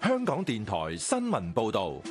香港電台新聞報導。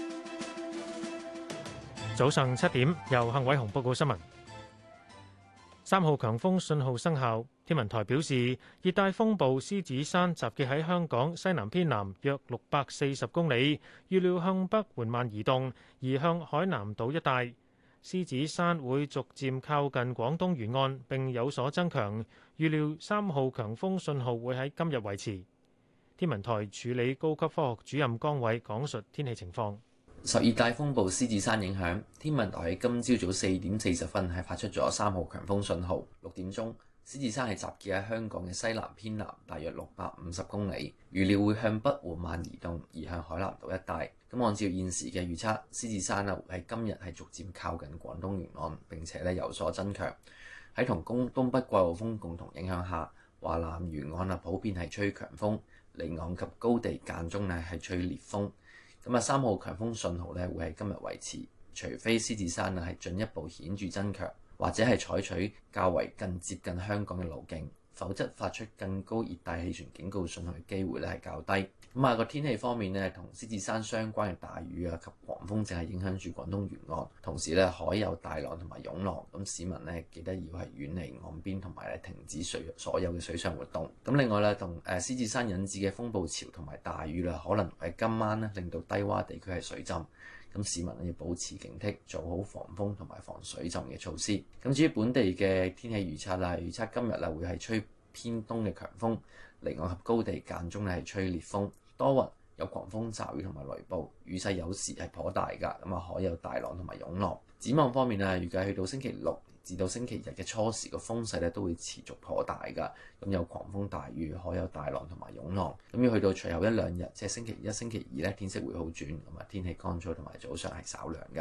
早上7點，由幸偉雄報告新聞。3號強風信號生效，天文台表示，熱帶風暴獅子山集結喺香港西南偏南約640公里，預料向北緩慢移動，移向海南島一帶。獅子山會逐漸靠近廣東沿岸並有所增強，預料3號強風信號會喺今日維持。天文台助理高級科學主任江偉講述天氣情況。 受熱帶風暴獅子山影響，天文台喺今朝早4點40分係發出咗3號強風信號。6點鐘，獅子山係集結喺香港嘅西南偏南，大約650公里，預料會向北緩慢移動，移向海南島一帶。咁按照現時嘅預測，獅子山會喺今日係逐漸靠近廣東沿岸，並且有所增強。喺同東北季候風共同影響下，華南沿岸普遍係吹強風，離岸及高地間中係吹烈風。3號強風信號會喺今日維持，除非獅子山係進一步顯著增強，或者係採取較為更接近香港嘅路徑，否則發出更高熱帶氣旋警告信號嘅機會係較低。個天氣方面同獅子山相關嘅大雨及狂風正係影響住廣東沿岸，同時海有大浪同埋湧浪，市民記得要係遠離岸邊同埋停止所有嘅水上活動。另外同獅子山引致嘅風暴潮同埋大雨可能喺今晚令到低窪地區係水浸，市民要保持警惕，做好防風同埋防水浸嘅措施。至於本地嘅天氣預測預測今日會係吹偏東嘅強風，離岸及高地間中係吹烈風，多雲，有狂風驟雨同埋雷暴，雨勢有時係頗大㗎，海有大浪同埋湧浪。展望方面預計去到星期六至到星期日嘅初時，個風勢都會持續頗大㗎，有狂風大雨，海有大浪同埋湧浪。要去到隨後一兩日，即係星期一、星期二天色會好轉，天氣乾燥同埋早上係稍涼㗎。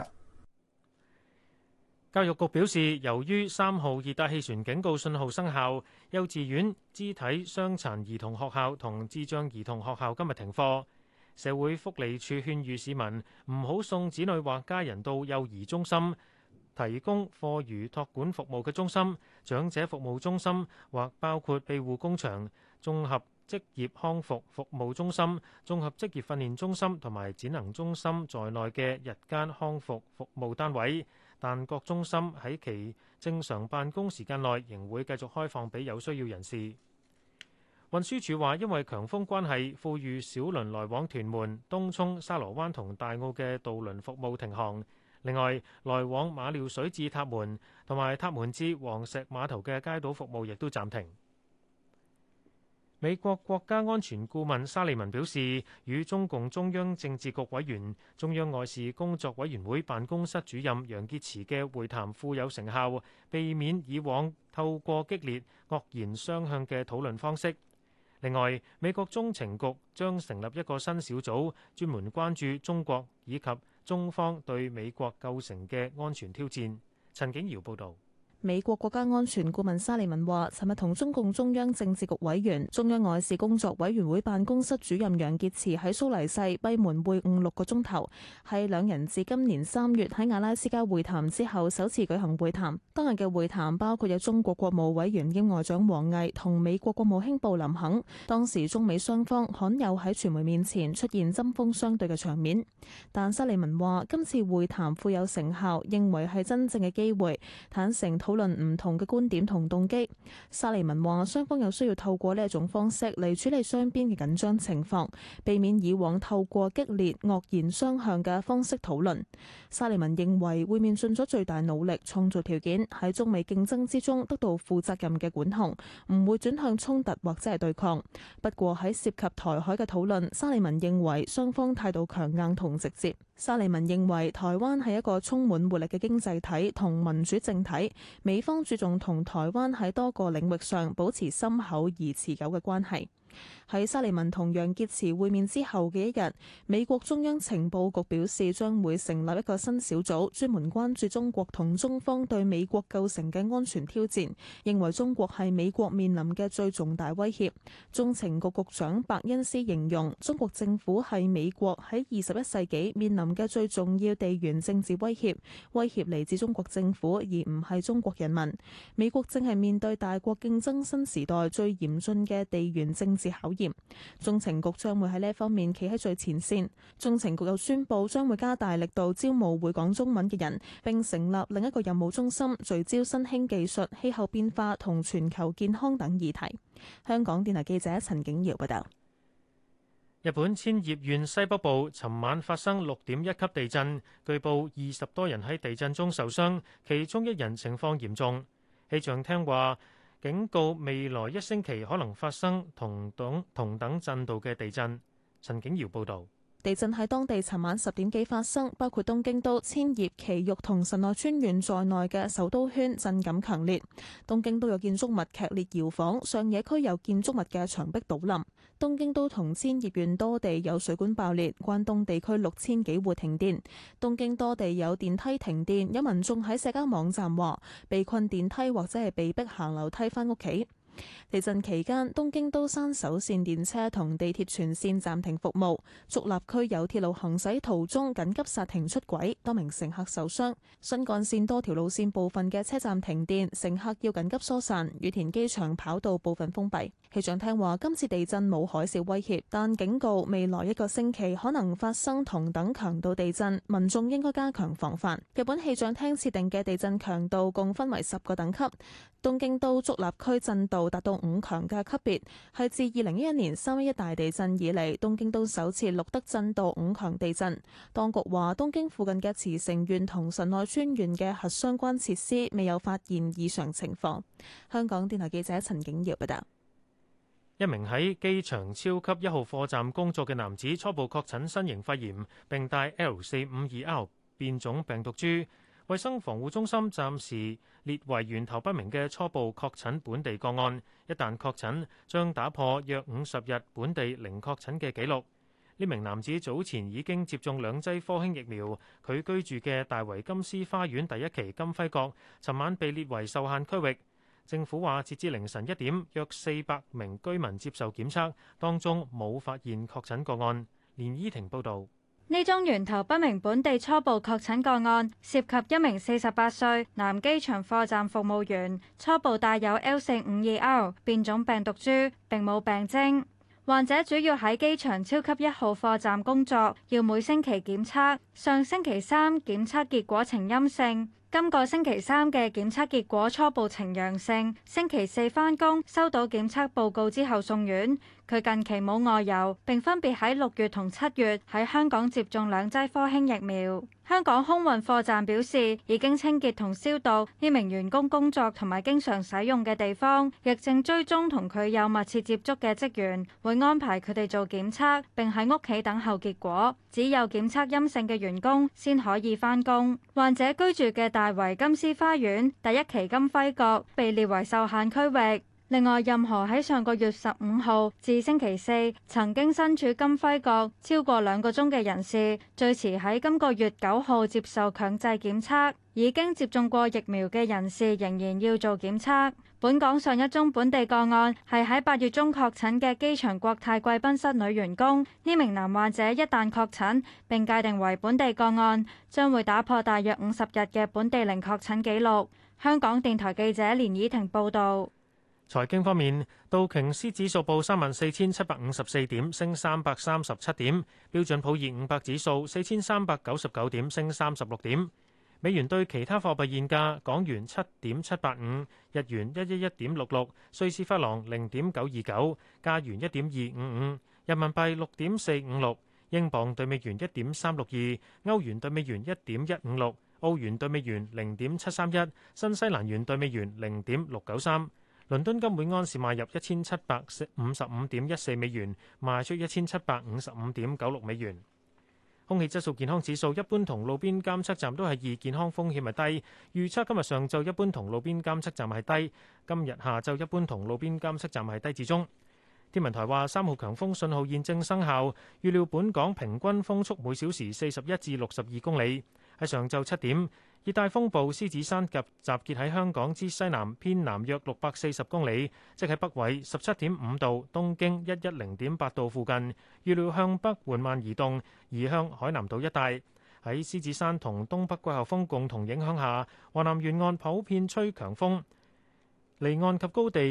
教育局表示，由於3號熱帶氣旋警告信號生效，幼稚園、肢體傷殘兒童學校同智障兒童學校今日停課。社會福利署勸喻市民唔好送子女或家人到幼兒中心、提供課餘託管服務嘅中心、長者服務中心或包括庇護工場、綜合職業康復服務中心、綜合職業訓練中心同埋展能中心在內嘅日間康復服務單位。但各中心喺其正常辦公時間內仍會繼續開放俾有需要人士。運輸署話，因為強風關係，富裕小輪來往屯門、東涌、沙螺灣同大澳嘅渡輪服務停航。另外，來往馬料水至塔門同埋塔門至黃石碼頭嘅街渡服務亦都暫停。美國國家安全顧問沙利文表示，與中共中央政治局委員、中央外事工作委員會辦公室主任楊潔篪嘅會談富有成效，避免以往透過激烈、惡言相向嘅討論方式。另外，美國中情局將成立一個新小組，專門關注中國以及中方對美國構成嘅安全挑戰。陳景堯報導。 美國國家安全顧問沙利文話，尋日同中共中央政治局委員、中央外事工作委員會辦公室主任楊潔篪喺蘇黎世閉門會晤6個鐘頭，係兩人自今年3月喺阿拉斯加會談之後首次舉行會談。當日嘅會談包括有中國國務委員兼外長王毅同美國國務卿布林肯，當時中美雙方罕有喺傳媒面前出現針鋒相對嘅場面。但沙利文話，今次會談富有成效，認為係真正嘅機會，坦誠討論唔同嘅觀點同動機。沙利文話，雙方有需要透過呢一種方式嚟處理雙邊嘅緊張情況，避免以往透過激烈、惡言相向嘅方式討論。沙利文認為會面盡咗最大努力，創造條件喺中美競爭之中得到負責任嘅管控，唔會轉向衝突或者係對抗。不過喺涉及台海嘅討論，沙利文認為雙方態度強硬同直接。沙利文認為台灣係一個充滿活力嘅經濟體同民主政體，美方注重同台灣喺多個領域上保持深厚而持久嘅關係。喺沙利文同楊潔篪會面之後嘅一日，美國中央情報局表示將會成立一個新小組，專門關注中國同中方對美國構成嘅安全挑戰，認為中國係美國面臨嘅最重大威脅。中情局局長伯恩斯形容中國政府係美國喺21世紀面臨嘅最重要地緣政治威脅，威脅嚟自中國政府而唔係中國人民。美國正係面對大國競爭新時代最嚴峻嘅地緣政治試考驗。中情局將會喺呢一方面企喺最前線。中情局又宣布將會加大力度招募會講中文嘅人，並成立另一個任務中心，聚焦新興技術、氣候變化同全球健康等議題。香港電台記者陳景瑤報道。 日本千葉縣西北部尋晚發生6.1級地震，據報20多人喺地震中受傷，其中1人情況嚴重。氣象廳話警告未來1星期可能發生同等震度嘅地震。陳景瑤報導。 地震喺當地尋晚10點幾發生，包括東京都、千葉、埼玉同神奈川縣在內嘅首都圈震感強烈。東京都有建築物劇烈搖晃，上野區有建築物嘅牆壁倒冧。東京都同千葉縣多地有水管爆裂，關東地區6000幾戶停電。東京多地有電梯停電，有民眾喺社交網站話被困電梯或者係被逼行樓梯返屋企。地震期間，東京都山手線電車同地鐵全線暫停服務，足立區有鐵路行駛途中緊急剎停出軌，多名乘客受傷。新幹線多條路線部分嘅車站停電，乘客要緊急疏散。羽田機場跑道部分封閉。氣象廳話今次地震冇海嘯威脅，但警告未來1個星期可能發生同等強度地震，民眾應該加強防範。日本氣象廳設定嘅地震強度共分為10個等級，東京都足立區震度達到5強嘅級別，係自2011年311大地震以嚟東京都首次錄得震度5強地震。當局話東京附近嘅茨城縣同神奈川縣嘅核相關設施未有發現異常情況。香港電台記者陳景瑤報道。 一名喺機場超級1號貨站工作嘅男子初步確診新型肺炎，並帶 L452R 變種病毒株。衛生防護中心暫時列為源頭不明嘅初步確診本地個案，一旦確診將打破約50日本地零確診嘅紀錄。呢名男子早前已經接種2劑科興疫苗，佢居住嘅大圍金獅花園第1期金輝閣尋晚被列為受限區域。政府話，截至凌晨1點，約400名居民接受檢測，當中冇發現確診個案。連依婷報導。 呢宗源頭不明本地初步確診個案，涉及一名48歲男機場貨站服務員，初步帶有 L452R 變種病毒株，並冇病徵。患者主要喺機場超級1號貨站工作，要每星期檢測。上星期3檢測結果呈陰性。今個星期3嘅檢測結果初步呈陽性，星期4返工收到檢測報告之後送院。佢近期冇外遊，並分別喺6月同7月喺香港接種2劑科興疫苗。香港空運貨站表示，已經清潔同消毒呢名員工工作同埋經常使用嘅地方，亦正追蹤同佢有密切接觸嘅職員，會安排佢哋做檢測，並喺屋企等候結果。只有檢測陰性嘅員工先可以返工。患者居住嘅大圍金獅花園第1期金輝閣被列為受限區域。另外，任何喺上個月15號至星期4曾經身處金輝閣超過2個鐘嘅人士，最遲喺今個月9號接受強制檢測。已經接種過疫苗嘅人士仍然要做檢測。本港上一宗本地個案係喺8月中確診嘅機場國泰貴賓室女員工。呢名男患者一旦確診並界定為本地個案，將會打破大約50日嘅本地零確診紀錄。香港電台記者連以婷報導。 財經方面，道瓊斯指數報34,754點，升337點；標準普爾500指數4,399點，升36點。美元對其他貨幣現價：港元7.785，日元111.66，瑞士法郎0.929，加元1.255，人民幣6.456，英鎊對美元1.362，歐元對美元1.156，澳元對美元0.731，新西蘭元對美元0.693。倫敦金每安士買入1755.14美元，賣出1755.96美元。空氣質素健康指數一般同路邊監測站都係2，健康風險係低。預測今日上晝一般同路邊監測站係低，今日下晝一般同路邊監測站係低至中。天文台話3號強風信號現正生效，預料本港平均風速每小時41至62公里。喺上晝7點，熱帶風暴獅子山集結喺香港之西南偏南約640公里，即喺北緯17.5度、東經110.8度附近。預料向北緩慢移動，移向海南島一帶。喺獅子山同東北季候風共同影響下，華南沿岸普遍吹強風，離岸及高地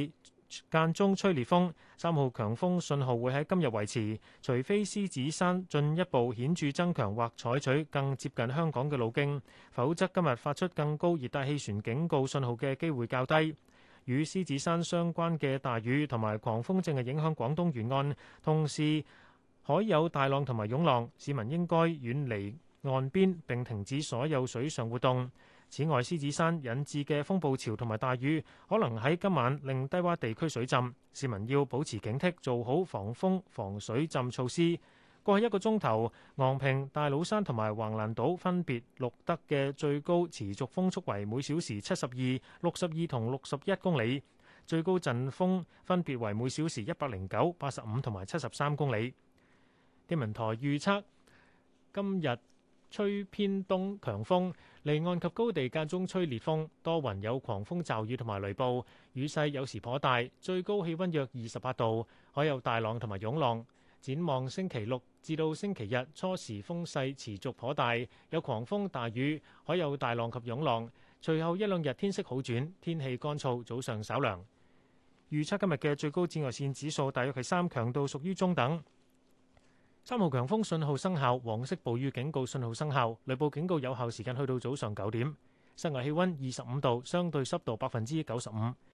間中吹烈風，3號強風信號會喺今日維持，除非獅子山進一步顯著增強或採取更接近香港嘅路徑，否則今日發出更高熱帶氣旋警告信號嘅機會較低。與獅子山相關嘅大雨同埋狂風正係影響廣東沿岸，同時海有大浪同埋湧浪，市民應該遠離岸邊並停止所有水上活動。此外，獅子山引致嘅風暴潮同埋大雨，可能喺今晚令低洼地區水浸，市民要保持警惕，做好防風防水浸措施。過去1個鐘頭，昂坪、大老山同埋橫瀾島分別錄得嘅最高持續風速為每小時72、62同61公里，最高陣風分別為每小時109、85同埋73公里。天文台預測今日吹偏東強風，離岸及高地間中吹烈風，多雲有狂風驟雨同埋雷暴，雨勢有時頗大，最高氣温約28度，海有大浪同埋湧浪。展望星期六至到星期日，初時風勢持續頗大，有狂風大雨，海有大浪及湧浪。隨後1、2日天色好轉，天氣乾燥，早上稍涼。預測今日嘅最高紫外線指數大約係3，強度屬於中等。3號強風信號生效，黃色暴雨警告信號生效，雷暴警告有效時間去到早上9點。室外氣温25度，相對濕度95%。